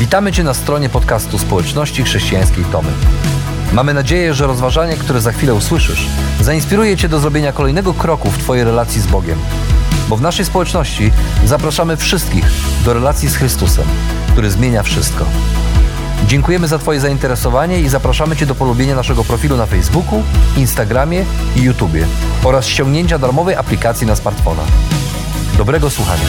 Witamy Cię na stronie podcastu Społeczności Chrześcijańskiej Tomy. Mamy nadzieję, że rozważanie, które za chwilę usłyszysz, zainspiruje Cię do zrobienia kolejnego kroku w Twojej relacji z Bogiem. Bo w naszej społeczności zapraszamy wszystkich do relacji z Chrystusem, który zmienia wszystko. Dziękujemy za Twoje zainteresowanie i zapraszamy Cię do polubienia naszego profilu na Facebooku, Instagramie i YouTubie oraz ściągnięcia darmowej aplikacji na smartfona. Dobrego słuchania.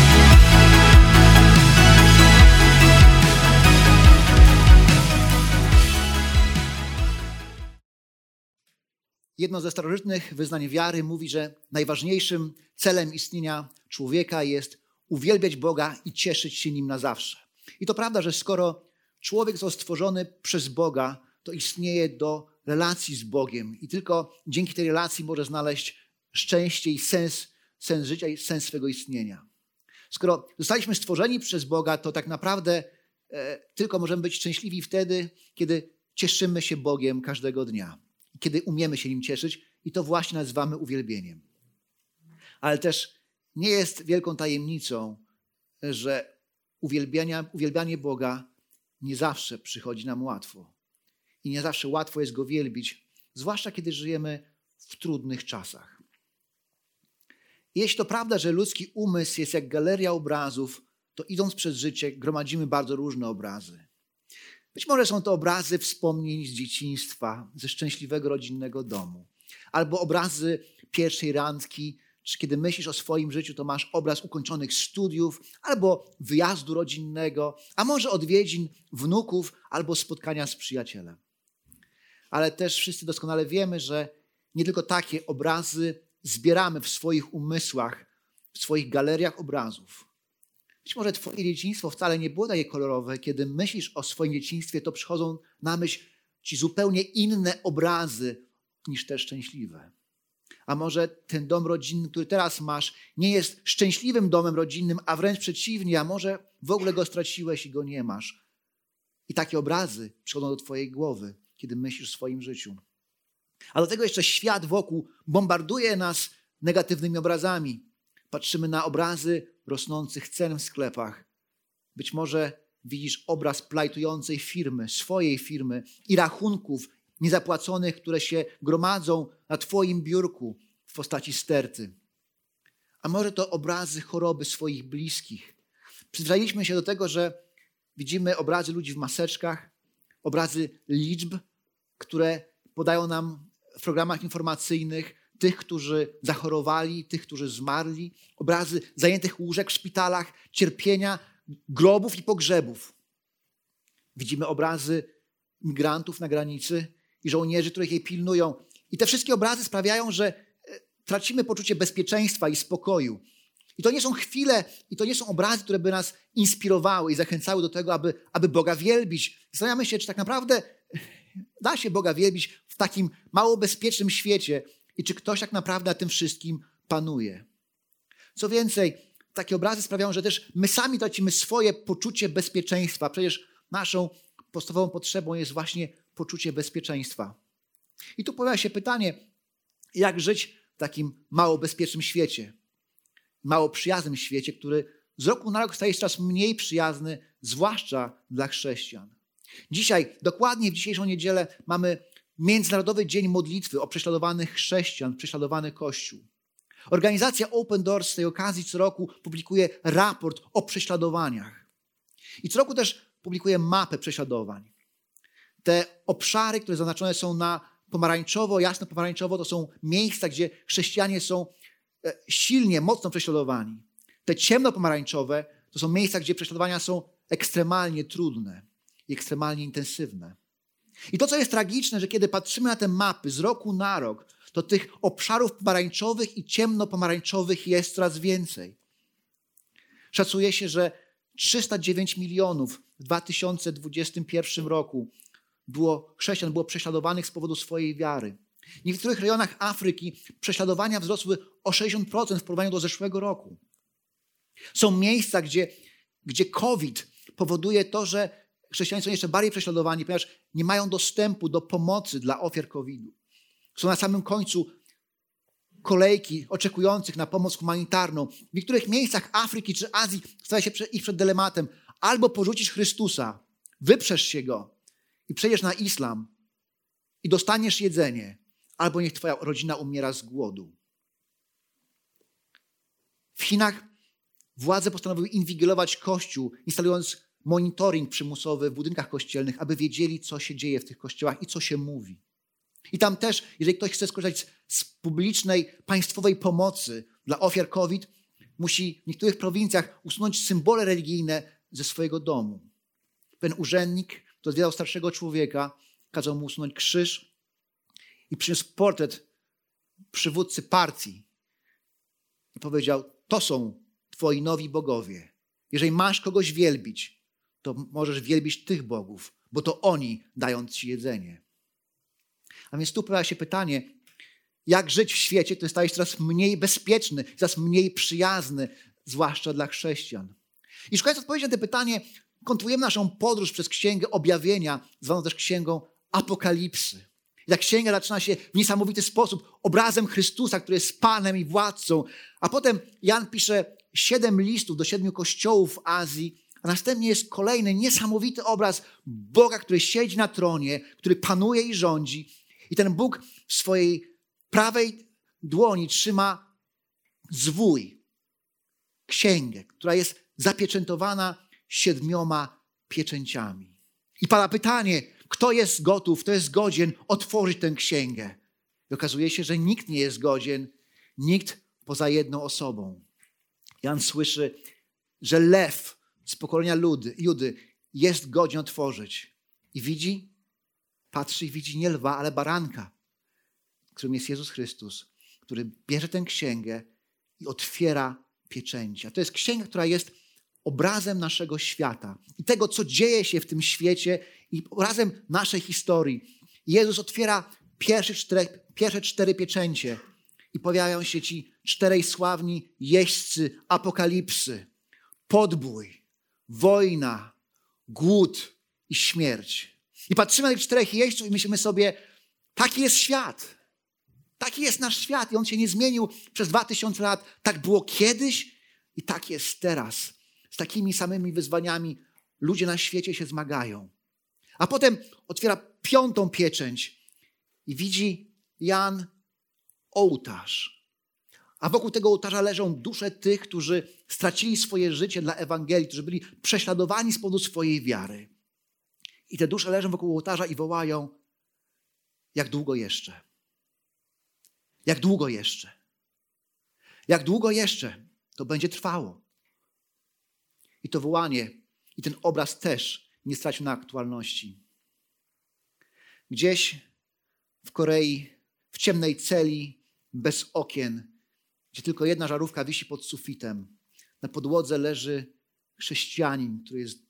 Jedno ze starożytnych wyznań wiary mówi, że najważniejszym celem istnienia człowieka jest uwielbiać Boga i cieszyć się Nim na zawsze. I to prawda, że skoro człowiek został stworzony przez Boga, to istnieje do relacji z Bogiem i tylko dzięki tej relacji może znaleźć szczęście i sens życia i sens swego istnienia. Skoro zostaliśmy stworzeni przez Boga, to tak naprawdę tylko możemy być szczęśliwi wtedy, kiedy cieszymy się Bogiem każdego dnia. Kiedy umiemy się Nim cieszyć i to właśnie nazywamy uwielbieniem. Ale też nie jest wielką tajemnicą, że uwielbianie Boga nie zawsze przychodzi nam łatwo. I nie zawsze łatwo jest Go wielbić, zwłaszcza kiedy żyjemy w trudnych czasach. I jeśli to prawda, że ludzki umysł jest jak galeria obrazów, to idąc przez życie gromadzimy bardzo różne obrazy. Być może są to obrazy wspomnień z dzieciństwa, ze szczęśliwego rodzinnego domu. Albo obrazy pierwszej randki, czy kiedy myślisz o swoim życiu, to masz obraz ukończonych studiów, albo wyjazdu rodzinnego, a może odwiedzin wnuków, albo spotkania z przyjacielem. Ale też wszyscy doskonale wiemy, że nie tylko takie obrazy zbieramy w swoich umysłach, w swoich galeriach obrazów. Być może twoje dzieciństwo wcale nie było takie kolorowe. Kiedy myślisz o swoim dzieciństwie, to przychodzą na myśl ci zupełnie inne obrazy niż te szczęśliwe. A może ten dom rodzinny, który teraz masz, nie jest szczęśliwym domem rodzinnym, a wręcz przeciwnie, a może w ogóle go straciłeś i go nie masz. I takie obrazy przychodzą do twojej głowy, kiedy myślisz o swoim życiu. A do tego jeszcze świat wokół bombarduje nas negatywnymi obrazami. Patrzymy na obrazy rosnących cen w sklepach. Być może widzisz obraz plajtującej firmy, swojej firmy i rachunków niezapłaconych, które się gromadzą na twoim biurku w postaci sterty. A może to obrazy choroby swoich bliskich. Przyzwyczailiśmy się do tego, że widzimy obrazy ludzi w maseczkach, obrazy liczb, które podają nam w programach informacyjnych, tych, którzy zachorowali, tych, którzy zmarli, obrazy zajętych łóżek w szpitalach, cierpienia, grobów i pogrzebów. Widzimy obrazy migrantów na granicy i żołnierzy, których jej pilnują. I te wszystkie obrazy sprawiają, że tracimy poczucie bezpieczeństwa i spokoju. I to nie są chwile, i to nie są obrazy, które by nas inspirowały i zachęcały do tego, aby Boga wielbić. Zastanawiamy się, czy tak naprawdę da się Boga wielbić w takim mało bezpiecznym świecie, i czy ktoś tak naprawdę nad tym wszystkim panuje. Co więcej, takie obrazy sprawiają, że też my sami tracimy swoje poczucie bezpieczeństwa. Przecież naszą podstawową potrzebą jest właśnie poczucie bezpieczeństwa. I tu pojawia się pytanie, jak żyć w takim mało bezpiecznym świecie, mało przyjaznym świecie, który z roku na rok staje się coraz mniej przyjazny, zwłaszcza dla chrześcijan. Dzisiaj, dokładnie w dzisiejszą niedzielę mamy Międzynarodowy Dzień Modlitwy o prześladowanych chrześcijan, prześladowany Kościół. Organizacja Open Doors z tej okazji co roku publikuje raport o prześladowaniach. I co roku też publikuje mapę prześladowań. Te obszary, które zaznaczone są na pomarańczowo, jasno pomarańczowo, to są miejsca, gdzie chrześcijanie są silnie, mocno prześladowani. Te ciemno-pomarańczowe to są miejsca, gdzie prześladowania są ekstremalnie trudne i ekstremalnie intensywne. I to, co jest tragiczne, że kiedy patrzymy na te mapy z roku na rok, to tych obszarów pomarańczowych i ciemno-pomarańczowych jest coraz więcej. Szacuje się, że 309 milionów w 2021 roku chrześcijan było prześladowanych z powodu swojej wiary. W niektórych rejonach Afryki prześladowania wzrosły o 60% w porównaniu do zeszłego roku. Są miejsca, gdzie COVID powoduje to, że chrześcijanie są jeszcze bardziej prześladowani, ponieważ nie mają dostępu do pomocy dla ofiar COVID-u. Są na samym końcu kolejki oczekujących na pomoc humanitarną. W niektórych miejscach Afryki czy Azji stawia się ich przed dylematem. albo porzucisz Chrystusa, wyprzesz się Go i przejdziesz na islam i dostaniesz jedzenie, albo niech twoja rodzina umiera z głodu. W Chinach władze postanowiły inwigilować Kościół, instalując monitoring przymusowy w budynkach kościelnych, aby wiedzieli, co się dzieje w tych kościołach i co się mówi. I tam też, jeżeli ktoś chce skorzystać z publicznej, państwowej pomocy dla ofiar COVID, musi w niektórych prowincjach usunąć symbole religijne ze swojego domu. Ten urzędnik, który zwiedzał starszego człowieka, kazał mu usunąć krzyż i przyniósł portret przywódcy partii. I powiedział, to są twoi nowi bogowie. Jeżeli masz kogoś wielbić, to możesz wielbić tych bogów, bo to oni dają ci jedzenie. A więc tu pojawia się pytanie, jak żyć w świecie, który staje się coraz mniej bezpieczny, coraz mniej przyjazny, zwłaszcza dla chrześcijan. I szukając odpowiedzi na to pytanie, kontynuujemy naszą podróż przez Księgę Objawienia, zwaną też Księgą Apokalipsy. I ta księga zaczyna się w niesamowity sposób obrazem Chrystusa, który jest Panem i Władcą. A potem Jan pisze 7 listów do 7 kościołów w Azji, a następnie jest kolejny niesamowity obraz Boga, który siedzi na tronie, który panuje i rządzi. I ten Bóg w swojej prawej dłoni trzyma zwój, księgę, która jest zapieczętowana 7 pieczęciami. I pada pytanie, kto jest gotów, kto jest godzien otworzyć tę księgę. I okazuje się, że nikt nie jest godzien, nikt poza jedną osobą. Jan słyszy, że lew z pokolenia Judy jest godzien otworzyć. I widzi, patrzy i widzi nie lwa, ale baranka, którym jest Jezus Chrystus, który bierze tę księgę i otwiera pieczęcie. A to jest księga, która jest obrazem naszego świata i tego, co dzieje się w tym świecie i obrazem naszej historii. Jezus otwiera pierwsze 4 pieczęcie i pojawiają się ci 4 sławni jeźdźcy apokalipsy. Podbój, wojna, głód i śmierć. I patrzymy na tych 4 jeźdźców i myślimy sobie, taki jest świat. Taki jest nasz świat i on się nie zmienił przez 2000 lat. Tak było kiedyś i tak jest teraz. Z takimi samymi wyzwaniami ludzie na świecie się zmagają. A potem otwiera 5. pieczęć i widzi Jan ołtarz. A wokół tego ołtarza leżą dusze tych, którzy stracili swoje życie dla Ewangelii, którzy byli prześladowani z powodu swojej wiary. I te dusze leżą wokół ołtarza i wołają, jak długo jeszcze? Jak długo jeszcze? Jak długo jeszcze to będzie trwało? I to wołanie i ten obraz też nie stracił na aktualności. Gdzieś w Korei, w ciemnej celi, bez okien, gdzie tylko jedna żarówka wisi pod sufitem, na podłodze leży chrześcijanin, który jest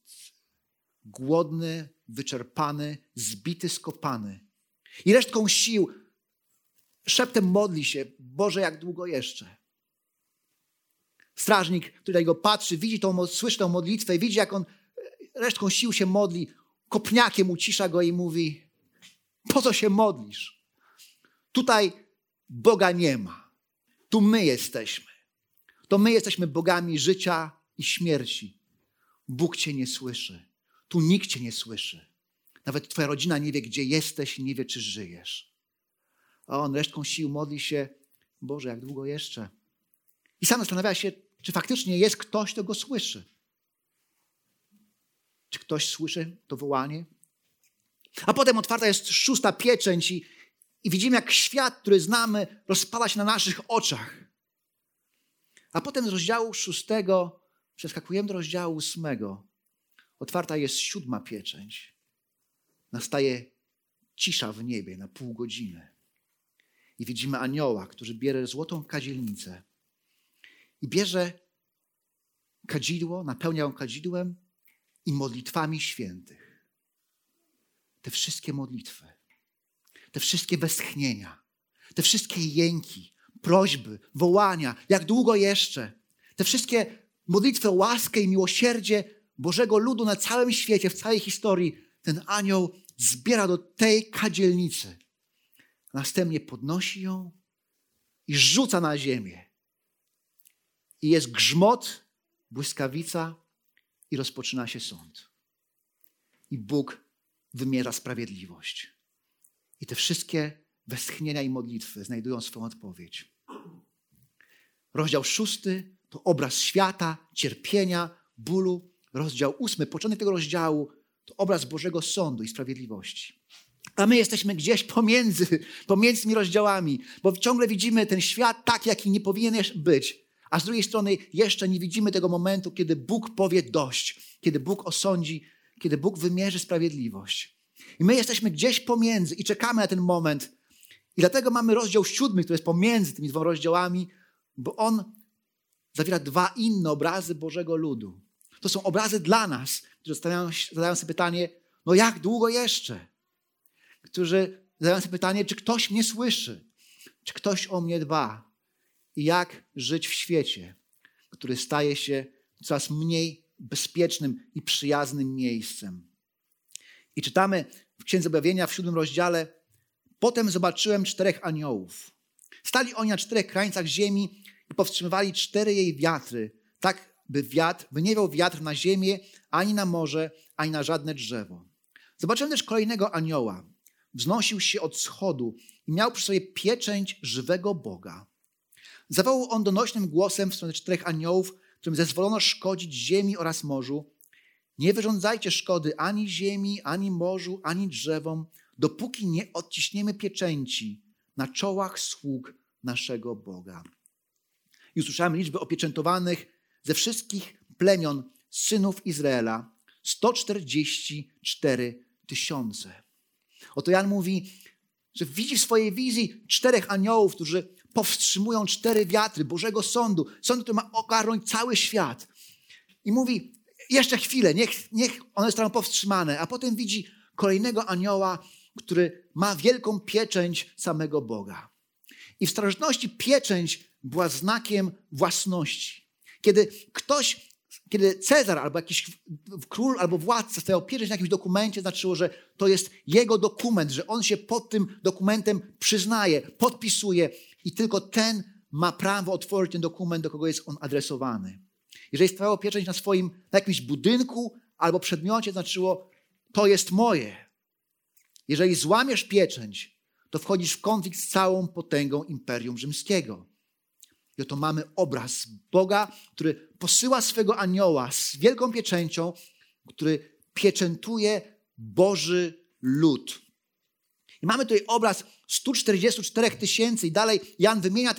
głodny, wyczerpany, zbity, skopany. I resztką sił szeptem modli się, Boże, jak długo jeszcze? Strażnik, który na niego patrzy, słyszy tą modlitwę i widzi, jak on resztką sił się modli, kopniakiem ucisza go i mówi, po co się modlisz? Tutaj Boga nie ma. Tu my jesteśmy. To my jesteśmy bogami życia i śmierci. Bóg cię nie słyszy. Tu nikt cię nie słyszy. Nawet twoja rodzina nie wie, gdzie jesteś i nie wie, czy żyjesz. A on resztką sił modli się, Boże, jak długo jeszcze? I sam zastanawia się, czy faktycznie jest ktoś, kto go słyszy. Czy ktoś słyszy to wołanie? A potem otwarta jest 6. pieczęć i widzimy, jak świat, który znamy, rozpada się na naszych oczach. A potem z rozdziału 6 przeskakujemy do rozdziału 8. Otwarta jest 7. pieczęć. Nastaje cisza w niebie na pół godziny. I widzimy anioła, który bierze złotą kadzielnicę i bierze kadzidło, napełnia ją kadzidłem i modlitwami świętych. Te wszystkie modlitwy, te wszystkie westchnienia, te wszystkie jęki, prośby, wołania, jak długo jeszcze, te wszystkie modlitwy o łaskę i miłosierdzie Bożego ludu na całym świecie, w całej historii, ten anioł zbiera do tej kadzielnicy. Następnie podnosi ją i rzuca na ziemię. I jest grzmot, błyskawica i rozpoczyna się sąd. I Bóg wymierza sprawiedliwość. I te wszystkie westchnienia i modlitwy znajdują swoją odpowiedź. Rozdział 6 to obraz świata, cierpienia, bólu. Rozdział 8, początek tego rozdziału, to obraz Bożego sądu i sprawiedliwości. A my jesteśmy gdzieś pomiędzy tymi rozdziałami, bo ciągle widzimy ten świat tak, jaki nie powinien być. A z drugiej strony jeszcze nie widzimy tego momentu, kiedy Bóg powie dość, kiedy Bóg osądzi, kiedy Bóg wymierzy sprawiedliwość. I my jesteśmy gdzieś pomiędzy i czekamy na ten moment. I dlatego mamy rozdział 7, który jest pomiędzy tymi dwoma rozdziałami, bo on zawiera dwa inne obrazy Bożego ludu. To są obrazy dla nas, którzy zadają sobie pytanie, no jak długo jeszcze? Którzy zadają sobie pytanie, czy ktoś mnie słyszy? Czy ktoś o mnie dba? I jak żyć w świecie, który staje się coraz mniej bezpiecznym i przyjaznym miejscem. I czytamy w Księdze Objawienia w 7 rozdziale: potem zobaczyłem 4 aniołów. Stali oni na 4 krańcach ziemi i powstrzymywali 4 jej wiatry, tak by nie wiał wiatr na ziemię, ani na morze, ani na żadne drzewo. Zobaczyłem też kolejnego anioła. Wznosił się od wschodu i miał przy sobie pieczęć żywego Boga. Zawołał on donośnym głosem w stronę 4 aniołów, którym zezwolono szkodzić ziemi oraz morzu: nie wyrządzajcie szkody ani ziemi, ani morzu, ani drzewom, dopóki nie odciśniemy pieczęci na czołach sług naszego Boga. I usłyszałem liczby opieczętowanych ze wszystkich plemion synów Izraela: 144 000. Oto Jan mówi, że widzi w swojej wizji 4 aniołów, którzy powstrzymują 4 wiatry Bożego sądu, sądu, który ma ogarnąć cały świat. I mówi, jeszcze chwilę, niech one zostaną powstrzymane. A potem widzi kolejnego anioła, który ma wielką pieczęć samego Boga. I w starożytności pieczęć była znakiem własności. Kiedy Cezar albo jakiś król albo władca stawiał pieczęć na jakimś dokumencie, znaczyło, że to jest jego dokument, że on się pod tym dokumentem przyznaje, podpisuje i tylko ten ma prawo otworzyć ten dokument, do kogo jest on adresowany. Jeżeli stawiało pieczęć na jakimś budynku albo przedmiocie, znaczyło, to jest moje. Jeżeli złamiesz pieczęć, to wchodzisz w konflikt z całą potęgą Imperium Rzymskiego. I oto mamy obraz Boga, który posyła swego anioła z wielką pieczęcią, który pieczętuje Boży lud. I mamy tutaj obraz 144 000 i dalej Jan wymienia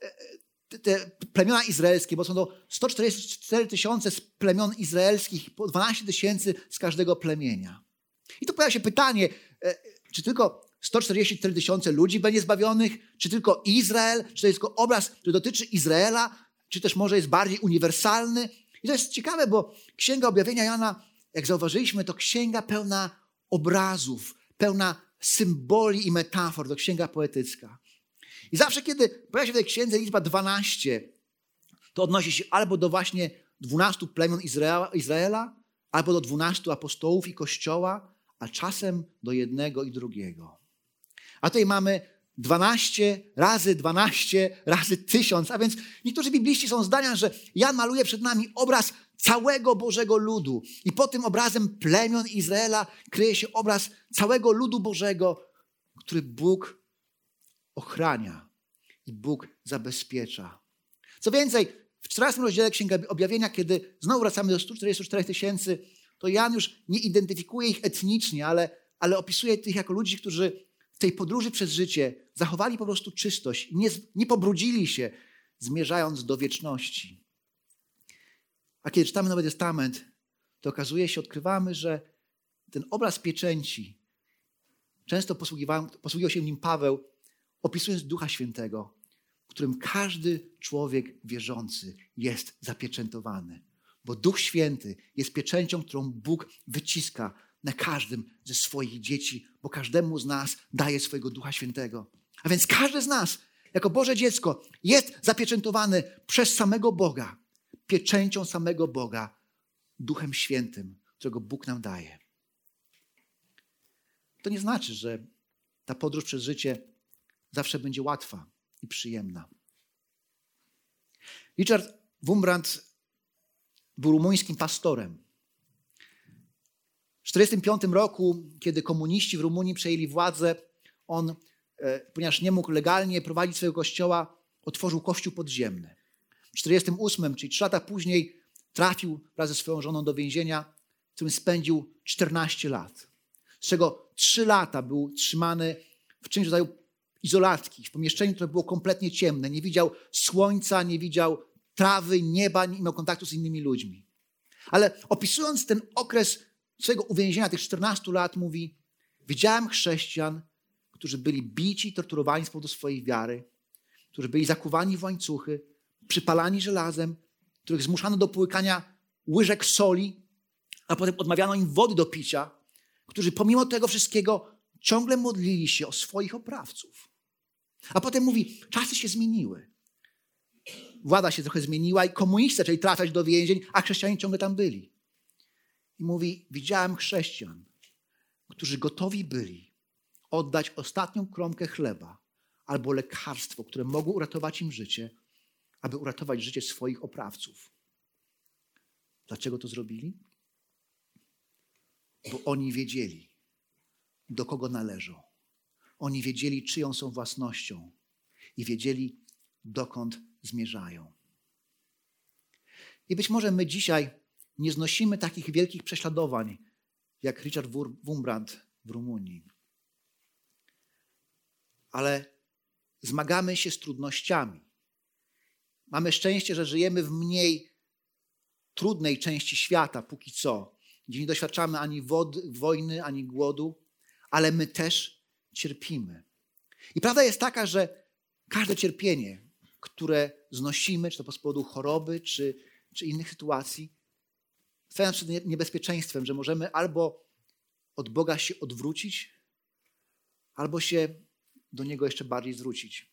te plemiona izraelskie, bo są to 144 000 z plemion izraelskich, po 12 000 z każdego plemienia. I tu pojawia się pytanie, czy tylko 144 000 ludzi będzie zbawionych, czy tylko Izrael, czy to jest tylko obraz, który dotyczy Izraela, czy też może jest bardziej uniwersalny. I to jest ciekawe, bo Księga Objawienia Jana, jak zauważyliśmy, to księga pełna obrazów, pełna symboli i metafor, to księga poetycka. I zawsze, kiedy pojawia się w tej księdze liczba 12, to odnosi się albo do właśnie 12 plemion Izraela, albo do 12 apostołów i Kościoła, a czasem do jednego i drugiego. A tutaj mamy 12 razy 1000, a więc niektórzy bibliści są zdania, że Jan maluje przed nami obraz całego Bożego ludu i pod tym obrazem plemion Izraela kryje się obraz całego ludu Bożego, który Bóg ochrania i Bóg zabezpiecza. Co więcej, w 14 rozdziale Księgi Objawienia, kiedy znowu wracamy do 144 000, to Jan już nie identyfikuje ich etnicznie, ale opisuje ich jako ludzi, którzy w tej podróży przez życie zachowali po prostu czystość, nie pobrudzili się, zmierzając do wieczności. A kiedy czytamy Nowy Testament, to okazuje się, odkrywamy, że ten obraz pieczęci, często posługiwał się nim Paweł, opisując Ducha Świętego, w którym każdy człowiek wierzący jest zapieczętowany. Bo Duch Święty jest pieczęcią, którą Bóg wyciska na każdym ze swoich dzieci, bo każdemu z nas daje swojego Ducha Świętego. A więc każdy z nas, jako Boże dziecko, jest zapieczętowany przez samego Boga, pieczęcią samego Boga, Duchem Świętym, którego Bóg nam daje. To nie znaczy, że ta podróż przez życie zawsze będzie łatwa i przyjemna. Richard Wurmbrand był rumuńskim pastorem. W 1945 roku, kiedy komuniści w Rumunii przejęli władzę, on, ponieważ nie mógł legalnie prowadzić swojego kościoła, otworzył kościół podziemny. W 1948, czyli 3 lata później, trafił wraz ze swoją żoną do więzienia, w którym spędził 14 lat. Z czego 3 lata był trzymany w czymś rodzaju izolatki, w pomieszczeniu, które było kompletnie ciemne. Nie widział słońca, nie widział trawy, nieba, nie miał kontaktu z innymi ludźmi. Ale opisując ten okres swojego uwięzienia, tych 14 lat, mówi: widziałem chrześcijan, którzy byli bici, torturowani z powodu swojej wiary, którzy byli zakuwani w łańcuchy, przypalani żelazem, których zmuszano do połykania łyżek soli, a potem odmawiano im wody do picia, którzy pomimo tego wszystkiego ciągle modlili się o swoich oprawców. A potem mówi: czasy się zmieniły. Władza się trochę zmieniła i komuniści zaczęli trafiać do więzień, a chrześcijanie ciągle tam byli. I mówi: widziałem chrześcijan, którzy gotowi byli oddać ostatnią kromkę chleba albo lekarstwo, które mogło uratować im życie, aby uratować życie swoich oprawców. Dlaczego to zrobili? Bo oni wiedzieli, do kogo należą. Oni wiedzieli, czyją są własnością i wiedzieli, dokąd zmierzają. I być może my dzisiaj nie znosimy takich wielkich prześladowań, jak Richard Wurmbrand w Rumunii. Ale zmagamy się z trudnościami. Mamy szczęście, że żyjemy w mniej trudnej części świata póki co, gdzie nie doświadczamy ani wojny, ani głodu, ale my też cierpimy. I prawda jest taka, że każde cierpienie, które znosimy, czy to z powodu choroby, czy innych sytuacji, stawia nas przed niebezpieczeństwem, że możemy albo od Boga się odwrócić, albo się do Niego jeszcze bardziej zwrócić.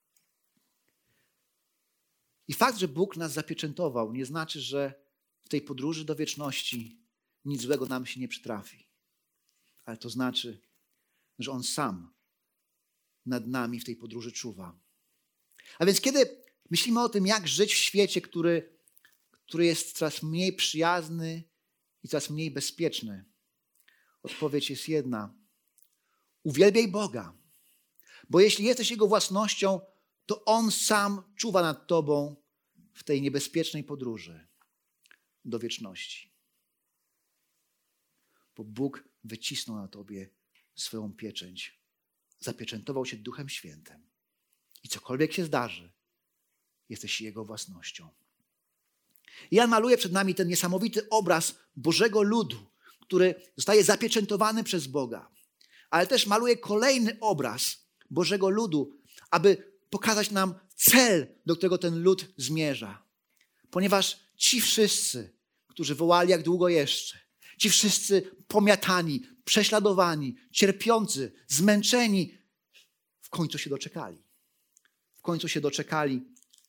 I fakt, że Bóg nas zapieczętował, nie znaczy, że w tej podróży do wieczności nic złego nam się nie przytrafi. Ale to znaczy, że On sam nad nami w tej podróży czuwa. A więc kiedy myślimy o tym, jak żyć w świecie, który jest coraz mniej przyjazny i coraz mniej bezpieczny, odpowiedź jest jedna. Uwielbiaj Boga, bo jeśli jesteś Jego własnością, to On sam czuwa nad tobą w tej niebezpiecznej podróży do wieczności. Bo Bóg wycisnął na tobie swoją pieczęć. Zapieczętował się Duchem Świętym. I cokolwiek się zdarzy, jesteś Jego własnością. Jan maluje przed nami ten niesamowity obraz Bożego ludu, który zostaje zapieczętowany przez Boga. Ale też maluje kolejny obraz Bożego ludu, aby pokazać nam cel, do którego ten lud zmierza. Ponieważ ci wszyscy, którzy wołali jak długo jeszcze, ci wszyscy pomiatani, prześladowani, cierpiący, zmęczeni, w końcu się doczekali. W końcu się doczekali.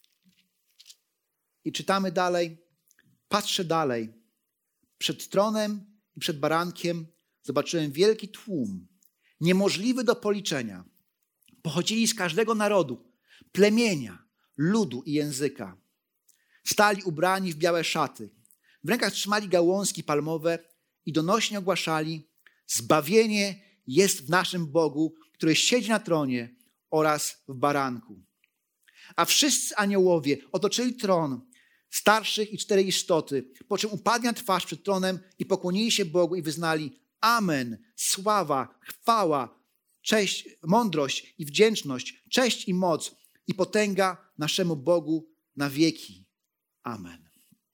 I czytamy dalej, patrzę dalej. Przed tronem i przed barankiem zobaczyłem wielki tłum, niemożliwy do policzenia. Pochodzili z każdego narodu, plemienia, ludu i języka. Stali ubrani w białe szaty. W rękach trzymali gałązki palmowe i donośnie ogłaszali: zbawienie jest w naszym Bogu, który siedzi na tronie oraz w baranku. A wszyscy aniołowie otoczyli tron, starszych i 4 istoty, po czym upadli na twarz przed tronem i pokłonili się Bogu i wyznali: Amen, sława, chwała, cześć, mądrość i wdzięczność, cześć i moc i potęga naszemu Bogu na wieki. Amen.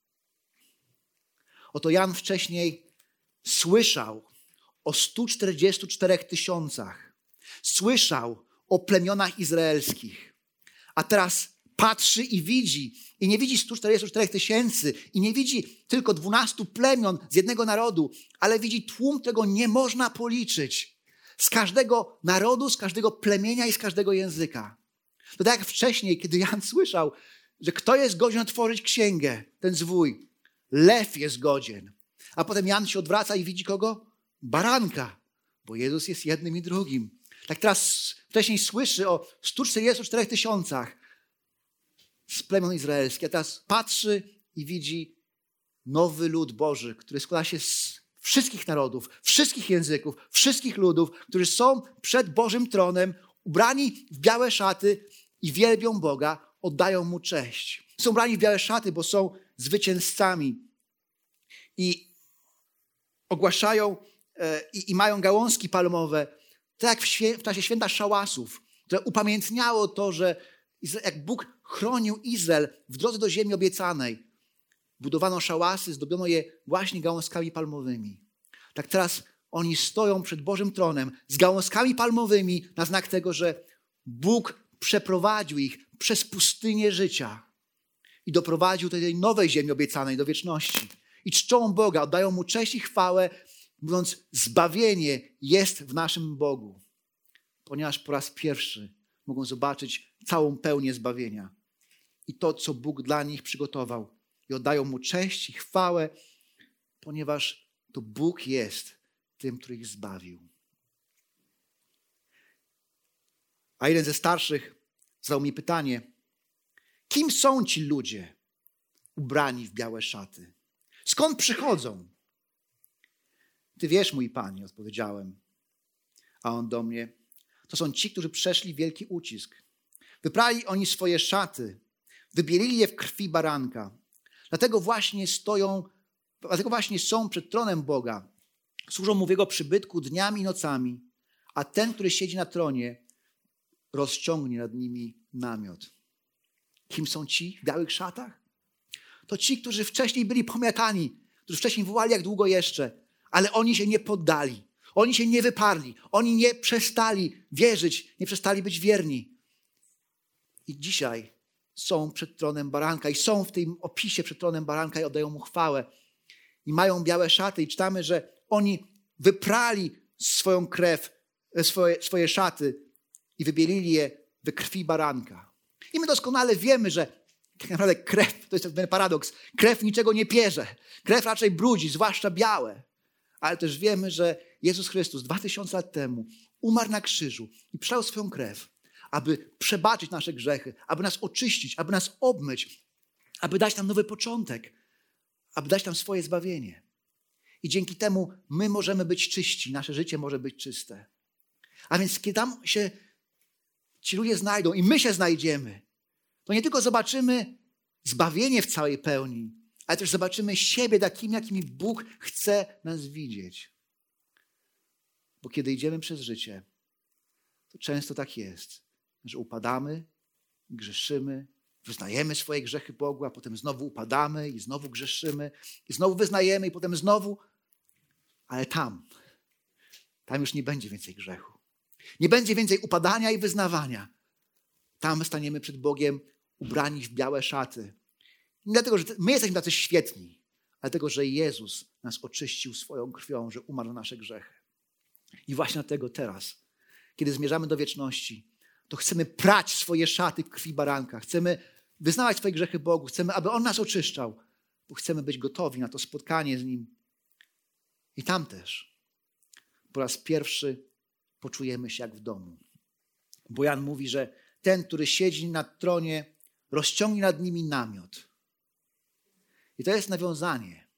Oto Jan wcześniej słyszał o 144 000. Słyszał o plemionach izraelskich. A teraz patrzy i widzi. I nie widzi 144 000 i nie widzi tylko 12 plemion z jednego narodu, ale widzi tłum, którego nie można policzyć. Z każdego narodu, z każdego plemienia i z każdego języka. To tak jak wcześniej, kiedy Jan słyszał, że kto jest godzien otworzyć księgę, ten zwój. Lew jest godzien. A potem Jan się odwraca i widzi kogo? Baranka, bo Jezus jest jednym i drugim. Tak teraz wcześniej słyszy o 144 000 z plemion izraelskich, a teraz patrzy i widzi nowy lud Boży, który składa się z wszystkich narodów, wszystkich języków, wszystkich ludów, którzy są przed Bożym tronem, ubrani w białe szaty i wielbią Boga, oddają Mu cześć. Są ubrani w białe szaty, bo są zwycięzcami i ogłaszają i mają gałązki palmowe, tak jak w czasie święta szałasów, które upamiętniało to, że jak Bóg chronił Izrael w drodze do ziemi obiecanej, budowano szałasy, zdobiono je właśnie gałązkami palmowymi. Tak teraz oni stoją przed Bożym tronem z gałązkami palmowymi na znak tego, że Bóg przeprowadził ich przez pustynię życia i doprowadził do tej nowej ziemi obiecanej, do wieczności. I czczą Boga, oddają Mu cześć i chwałę, mówiąc, zbawienie jest w naszym Bogu. Ponieważ po raz pierwszy mogą zobaczyć całą pełnię zbawienia i to, co Bóg dla nich przygotował. I oddają Mu cześć i chwałę, ponieważ to Bóg jest tym, który ich zbawił. A jeden ze starszych zadał mi pytanie, kim są ci ludzie ubrani w białe szaty? Skąd przychodzą? Ty wiesz, mój Panie, odpowiedziałem. A on do mnie, to są ci, którzy przeszli wielki ucisk. Wyprali oni swoje szaty, wybielili je w krwi baranka. Dlatego właśnie są przed tronem Boga. Służą Mu w Jego przybytku dniami i nocami, a ten, który siedzi na tronie, rozciągnie nad nimi namiot. Kim są ci w białych szatach? To ci, którzy wcześniej byli pomiatani, którzy wcześniej wołali jak długo jeszcze, ale oni się nie poddali, oni się nie wyparli, oni nie przestali wierzyć, nie przestali być wierni. I dzisiaj są przed tronem baranka i są w tym opisie przed tronem baranka i oddają Mu chwałę. I mają białe szaty i czytamy, że oni wyprali swoją krew, swoje szaty i wybielili je we krwi baranka. I my doskonale wiemy, że tak naprawdę krew, to jest ten paradoks, krew niczego nie pierze. Krew raczej brudzi, zwłaszcza białe. Ale też wiemy, że Jezus Chrystus 2000 lat temu umarł na krzyżu i przelał swoją krew, aby przebaczyć nasze grzechy, aby nas oczyścić, aby nas obmyć, aby dać nam nowy początek, aby dać nam swoje zbawienie. I dzięki temu my możemy być czyści, nasze życie może być czyste. A więc kiedy tam się ci ludzie znajdą i my się znajdziemy, to nie tylko zobaczymy zbawienie w całej pełni, ale też zobaczymy siebie takimi, jakimi Bóg chce nas widzieć. Bo kiedy idziemy przez życie, to często tak jest, że upadamy, grzeszymy, wyznajemy swoje grzechy Bogu, a potem znowu upadamy i znowu grzeszymy i znowu wyznajemy i potem znowu, ale tam już nie będzie więcej grzechu. Nie będzie więcej upadania i wyznawania. Tam staniemy przed Bogiem ubrani w białe szaty. Nie dlatego, że my jesteśmy tacy świetni, ale dlatego, że Jezus nas oczyścił swoją krwią, że umarł na nasze grzechy. I właśnie dlatego teraz, kiedy zmierzamy do wieczności, to chcemy prać swoje szaty w krwi baranka. Chcemy wyznawać swoje grzechy Bogu. Chcemy, aby On nas oczyszczał, bo chcemy być gotowi na to spotkanie z Nim. I tam też po raz pierwszy poczujemy się jak w domu. Bo Jan mówi, że ten, który siedzi na tronie, rozciągnie nad nimi namiot. I to jest nawiązanie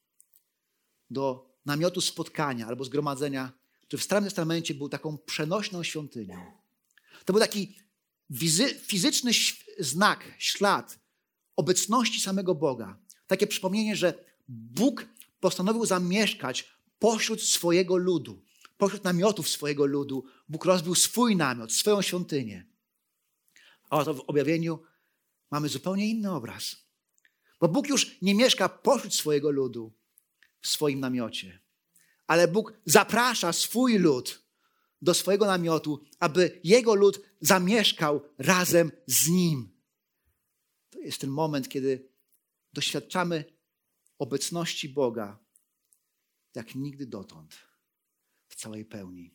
do namiotu spotkania albo zgromadzenia, który w Starym Testamencie był taką przenośną świątynią. To był taki fizyczny znak, ślad obecności samego Boga. Takie przypomnienie, że Bóg postanowił zamieszkać pośród swojego ludu, pośród namiotów swojego ludu. Bóg rozbił swój namiot, swoją świątynię. A oto w objawieniu mamy zupełnie inny obraz. Bo Bóg już nie mieszka pośród swojego ludu w swoim namiocie, ale Bóg zaprasza swój lud do swojego namiotu, aby Jego lud zamieszkał razem z Nim. To jest ten moment, kiedy doświadczamy obecności Boga jak nigdy dotąd w całej pełni.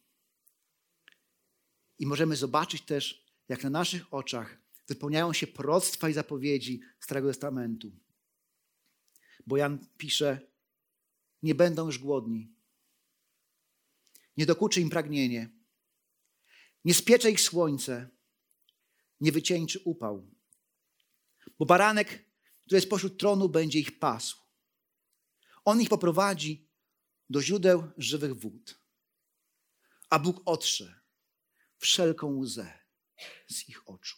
I możemy zobaczyć też, jak na naszych oczach wypełniają się proroctwa i zapowiedzi Starego Testamentu. Bo Jan pisze, nie będą już głodni, nie dokuczy im pragnienie, nie spiecze ich słońce, nie wycieńczy upał. Bo baranek, który jest pośród tronu, będzie ich pasł. On ich poprowadzi do źródeł żywych wód, a Bóg otrze wszelką łzę z ich oczu.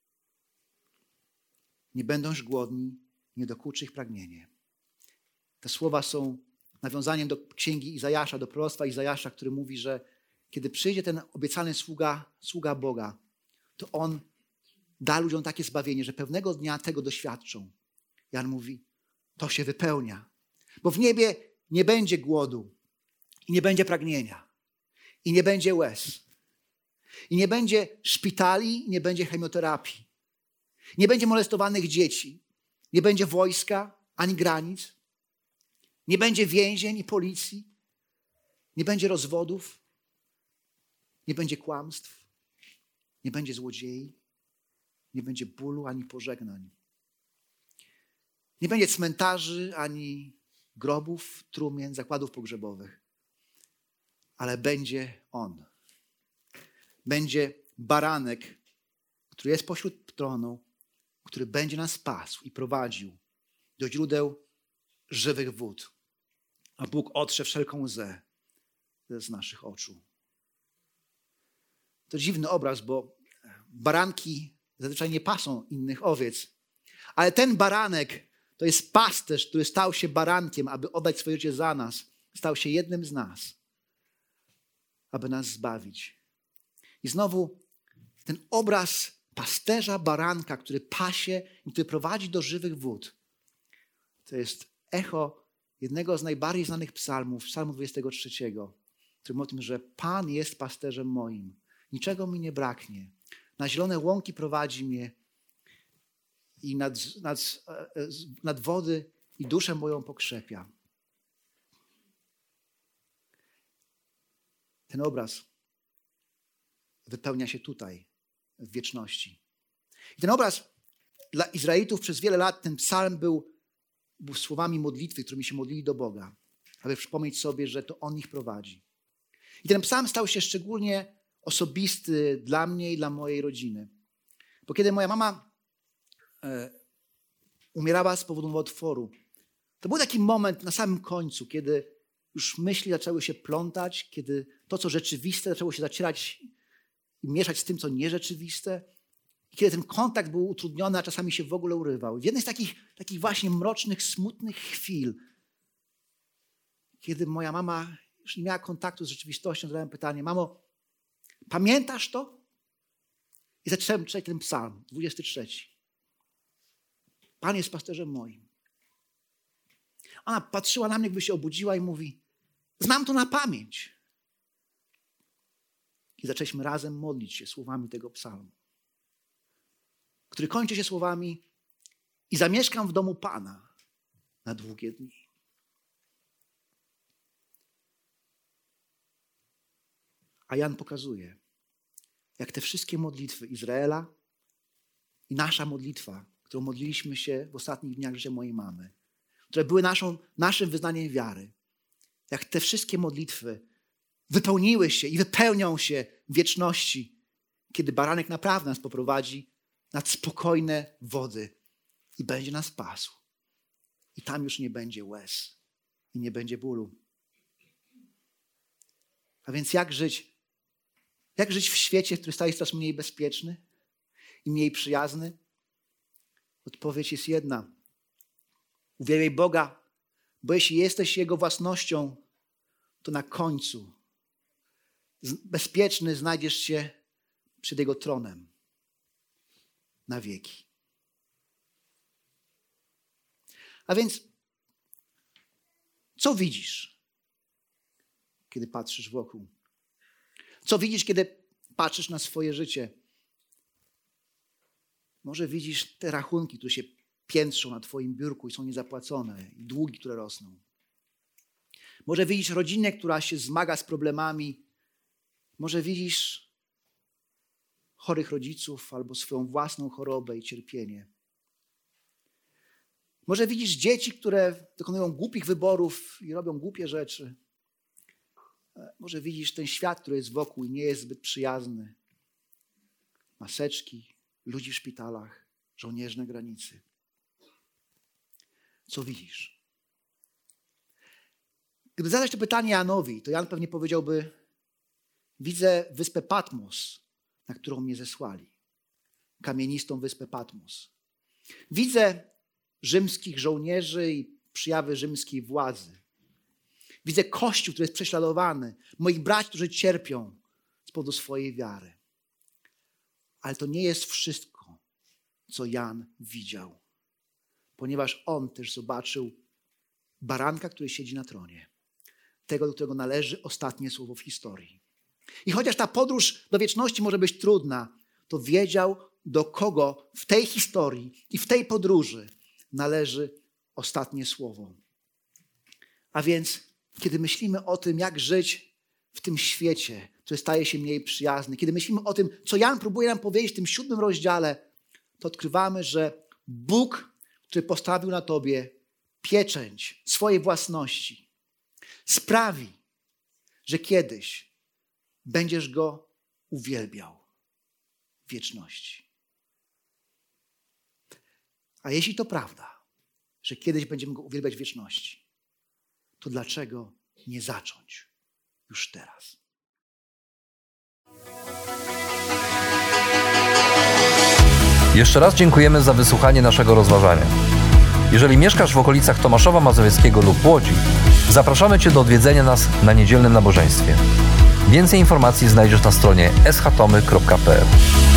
Nie będą już głodni, nie dokuczy ich pragnienie. Te słowa są nawiązaniem do księgi Izajasza, do proroctwa Izajasza, który mówi, że kiedy przyjdzie ten obiecany sługa Boga, to On da ludziom takie zbawienie, że pewnego dnia tego doświadczą. Jan mówi, to się wypełnia. Bo w niebie nie będzie głodu i nie będzie pragnienia i nie będzie łez i nie będzie szpitali i nie będzie chemioterapii. Nie będzie molestowanych dzieci, nie będzie wojska ani granic, nie będzie więzień i policji, nie będzie rozwodów, nie będzie kłamstw, nie będzie złodziei, nie będzie bólu ani pożegnań. Nie będzie cmentarzy ani grobów, trumien, zakładów pogrzebowych, ale będzie On. Będzie baranek, który jest pośród tronu, który będzie nas pasł i prowadził do źródeł żywych wód. A Bóg otrze wszelką łzę z naszych oczu. To dziwny obraz, bo baranki zazwyczaj nie pasą innych owiec. Ale ten baranek to jest pasterz, który stał się barankiem, aby oddać swoje życie za nas. Stał się jednym z nas, aby nas zbawić. I znowu ten obraz pasterza baranka, który pasie i który prowadzi do żywych wód, to jest echo jednego z najbardziej znanych psalmów, psalmu 23, który mówi o tym, że Pan jest pasterzem moim. Niczego mi nie braknie. Na zielone łąki prowadzi mnie i nad wody i duszę moją pokrzepia. Ten obraz wypełnia się tutaj, w wieczności. I ten obraz dla Izraelitów przez wiele lat, ten psalm był słowami modlitwy, którymi się modlili do Boga, aby przypomnieć sobie, że to On ich prowadzi. I ten psalm stał się szczególnie osobisty dla mnie i dla mojej rodziny. Bo kiedy moja mama umierała z powodu nowotworu, to był taki moment na samym końcu, kiedy już myśli zaczęły się plątać, kiedy to, co rzeczywiste, zaczęło się zacierać i mieszać z tym, co nierzeczywiste. I kiedy ten kontakt był utrudniony, a czasami się w ogóle urywał. W jednej z takich właśnie mrocznych, smutnych chwil, kiedy moja mama już nie miała kontaktu z rzeczywistością, zadałem pytanie, mamo, pamiętasz to? I zacząłem czytać ten psalm, 23. Pan jest pasterzem moim. Ona patrzyła na mnie, jakby się obudziła i mówi, znam to na pamięć. I zaczęliśmy razem modlić się słowami tego psalmu, który kończy się słowami i zamieszkam w domu Pana na długie dni. A Jan pokazuje, jak te wszystkie modlitwy Izraela i nasza modlitwa, którą modliliśmy się w ostatnich dniach życia mojej mamy, które były naszym wyznaniem wiary, jak te wszystkie modlitwy wypełniły się i wypełnią się w wieczności, kiedy baranek naprawdę nas poprowadzi nad spokojne wody i będzie nas pasł. I tam już nie będzie łez i nie będzie bólu. A więc jak żyć? Jak żyć w świecie, który staje się coraz mniej bezpieczny i mniej przyjazny? Odpowiedź jest jedna. Uwielbiaj Boga, bo jeśli jesteś Jego własnością, to na końcu bezpieczny znajdziesz się przed Jego tronem na wieki. A więc co widzisz, kiedy patrzysz wokół? Co widzisz, kiedy patrzysz na swoje życie? Może widzisz te rachunki, które się piętrzą na twoim biurku i są niezapłacone, i długi, które rosną. Może widzisz rodzinę, która się zmaga z problemami. Może widzisz chorych rodziców albo swoją własną chorobę i cierpienie. Może widzisz dzieci, które dokonują głupich wyborów i robią głupie rzeczy. Może widzisz ten świat, który jest wokół i nie jest zbyt przyjazny. Maseczki, ludzi w szpitalach, żołnierzy na granicy. Co widzisz? Gdyby zadać to pytanie Janowi, to Jan pewnie powiedziałby: widzę wyspę Patmos, na którą mnie zesłali. Kamienistą wyspę Patmos. Widzę rzymskich żołnierzy i przyjawy rzymskiej władzy. Widzę Kościół, który jest prześladowany, moich braci, którzy cierpią z powodu swojej wiary. Ale to nie jest wszystko, co Jan widział, ponieważ on też zobaczył baranka, który siedzi na tronie, tego, do którego należy ostatnie słowo w historii. I chociaż ta podróż do wieczności może być trudna, to wiedział, do kogo w tej historii i w tej podróży należy ostatnie słowo. A więc, kiedy myślimy o tym, jak żyć w tym świecie, który staje się mniej przyjazny, kiedy myślimy o tym, co Jan próbuje nam powiedzieć w tym 7 rozdziale, to odkrywamy, że Bóg, który postawił na tobie pieczęć swojej własności, sprawi, że kiedyś będziesz Go uwielbiał w wieczności. A jeśli to prawda, że kiedyś będziemy Go uwielbiać w wieczności, to dlaczego nie zacząć już teraz? Jeszcze raz dziękujemy za wysłuchanie naszego rozważania. Jeżeli mieszkasz w okolicach Tomaszowa Mazowieckiego lub Łodzi, zapraszamy Cię do odwiedzenia nas na niedzielnym nabożeństwie. Więcej informacji znajdziesz na stronie schtomy.pl.